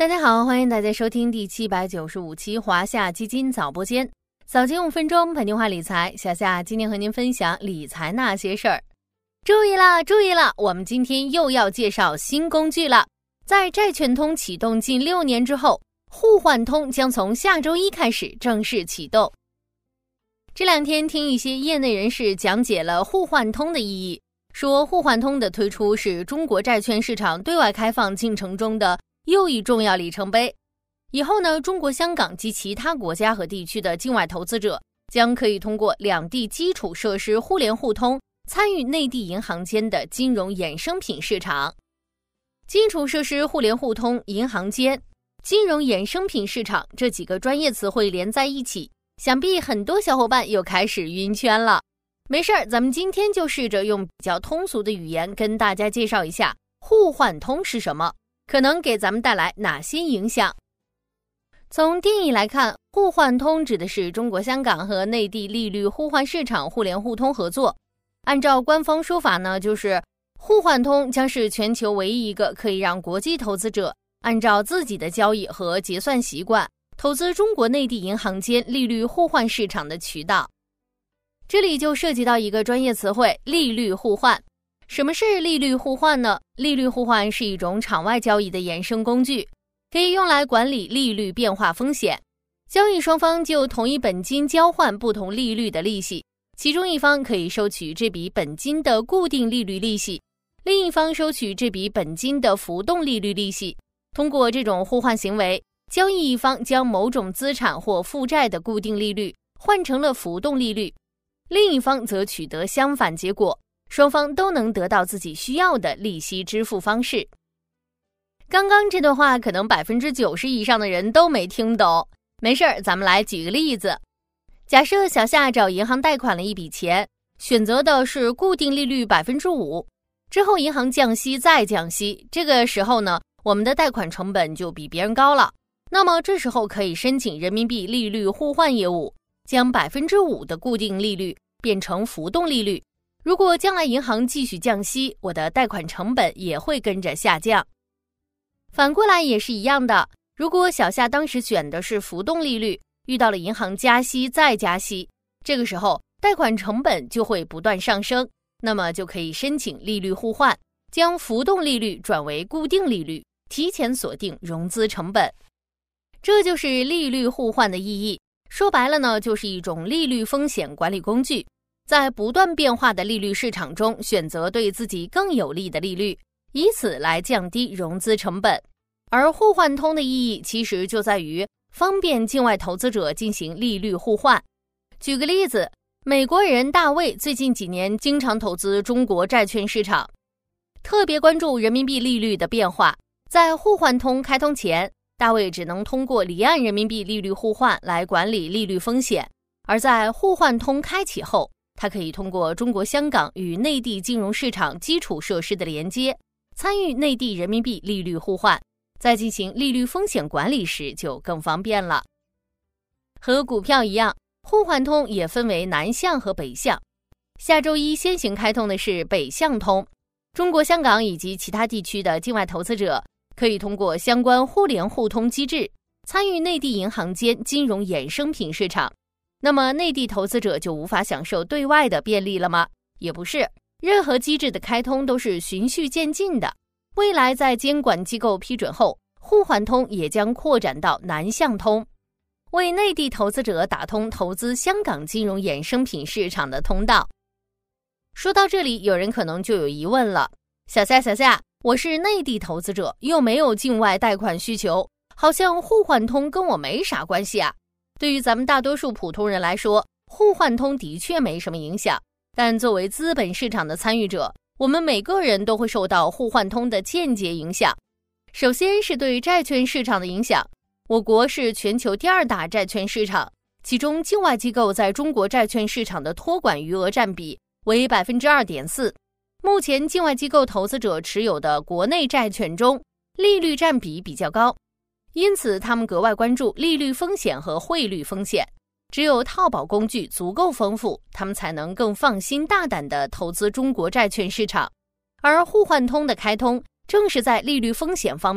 大家好，欢迎大家收听第795期华夏基金早播间，早间5分钟，本地化理财。小夏今天和您分享理财那些事儿。注意了，注意了，我们今天又要介绍新工具了。在债券通启动近6年之后，互换通将从下周一开始正式启动。这两天听一些业内人士讲解了互换通的意义，说互换通的推出是中国债券市场对外开放进程中的又一重要里程碑。以后呢，中国香港及其他国家和地区的境外投资者将可以通过两地基础设施互联互通参与内地银行间的金融衍生品市场。基础设施互联互通、银行间、金融衍生品市场这几个专业词汇连在一起，想必很多小伙伴又开始晕圈了。没事儿，咱们今天就试着用比较通俗的语言跟大家介绍一下互换通是什么，可能给咱们带来哪些影响。从定义来看，互换通指的是中国香港和内地利率互换市场互联互通合作。按照官方说法呢，就是互换通将是全球唯一一个可以让国际投资者按照自己的交易和结算习惯投资中国内地银行间利率互换市场的渠道。这里就涉及到一个专业词汇，利率互换。什么是利率互换呢？利率互换是一种场外交易的衍生工具，可以用来管理利率变化风险。交易双方就同一本金交换不同利率的利息，其中一方可以收取这笔本金的固定利率利息，另一方收取这笔本金的浮动利率利息。通过这种互换行为，交易一方将某种资产或负债的固定利率换成了浮动利率，另一方则取得相反结果，双方都能得到自己需要的利息支付方式。刚刚这段话可能90%以上的人都没听懂，没事儿，咱们来举个例子。假设小夏找银行贷款了一笔钱，选择的是固定利率 5%， 之后银行降息再降息，这个时候呢，我们的贷款成本就比别人高了。那么这时候可以申请人民币利率互换业务，将 5% 的固定利率变成浮动利率。如果将来银行继续降息，我的贷款成本也会跟着下降。反过来也是一样的，如果小夏当时选的是浮动利率，遇到了银行加息再加息，这个时候贷款成本就会不断上升，那么就可以申请利率互换，将浮动利率转为固定利率，提前锁定融资成本。这就是利率互换的意义。说白了呢，就是一种利率风险管理工具，在不断变化的利率市场中选择对自己更有利的利率，以此来降低融资成本。而互换通的意义其实就在于方便境外投资者进行利率互换。举个例子，美国人大卫最近几年经常投资中国债券市场，特别关注人民币利率的变化。在互换通开通前，大卫只能通过离岸人民币利率互换来管理利率风险，而在互换通开启后，他可以通过中国香港与内地金融市场基础设施的连接，参与内地人民币利率互换，在进行利率风险管理时就更方便了。和股票一样，互换通也分为南向和北向。下周一先行开通的是北向通，中国香港以及其他地区的境外投资者可以通过相关互联互通机制参与内地银行间金融衍生品市场。那么内地投资者就无法享受对外的便利了吗？也不是，任何机制的开通都是循序渐进的。未来在监管机构批准后，互换通也将扩展到南向通，为内地投资者打通投资香港金融衍生品市场的通道。说到这里，有人可能就有疑问了，小夏，我是内地投资者，又没有境外贷款需求，好像互换通跟我没啥关系啊。对于咱们大多数普通人来说，互换通的确没什么影响，但作为资本市场的参与者，我们每个人都会受到互换通的间接影响。首先是对债券市场的影响，我国是全球第2大债券市场，其中境外机构在中国债券市场的托管余额占比为 2.4%。目前境外机构投资者持有的国内债券中，利率占比比较高，因此他们格外关注利率风险和汇率风险。只有套保工具足够丰富，他们才能更放心大胆地投资中国债券市场。而互换通的开通正是在利率风险方面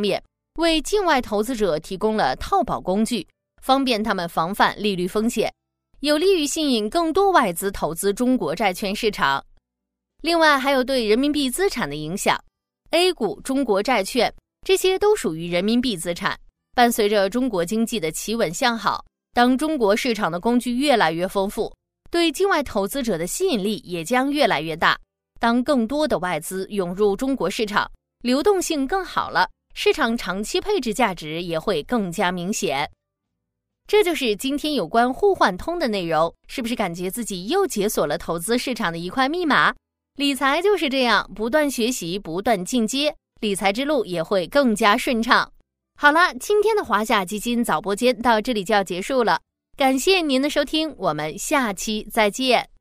为境外投资者提供了套保工具，方便他们防范利率风险，有利于吸引更多外资投资中国债券市场。另外还有对人民币资产的影响， A 股、中国债券这些都属于人民币资产。伴随着中国经济的企稳向好，当中国市场的工具越来越丰富，对境外投资者的吸引力也将越来越大。当更多的外资涌入中国市场，流动性更好了，市场长期配置价值也会更加明显。这就是今天有关互换通的内容，是不是感觉自己又解锁了投资市场的一块密码？理财就是这样，不断学习，不断进阶，理财之路也会更加顺畅。好了，今天的华夏基金早播间到这里就要结束了，感谢您的收听，我们下期再见。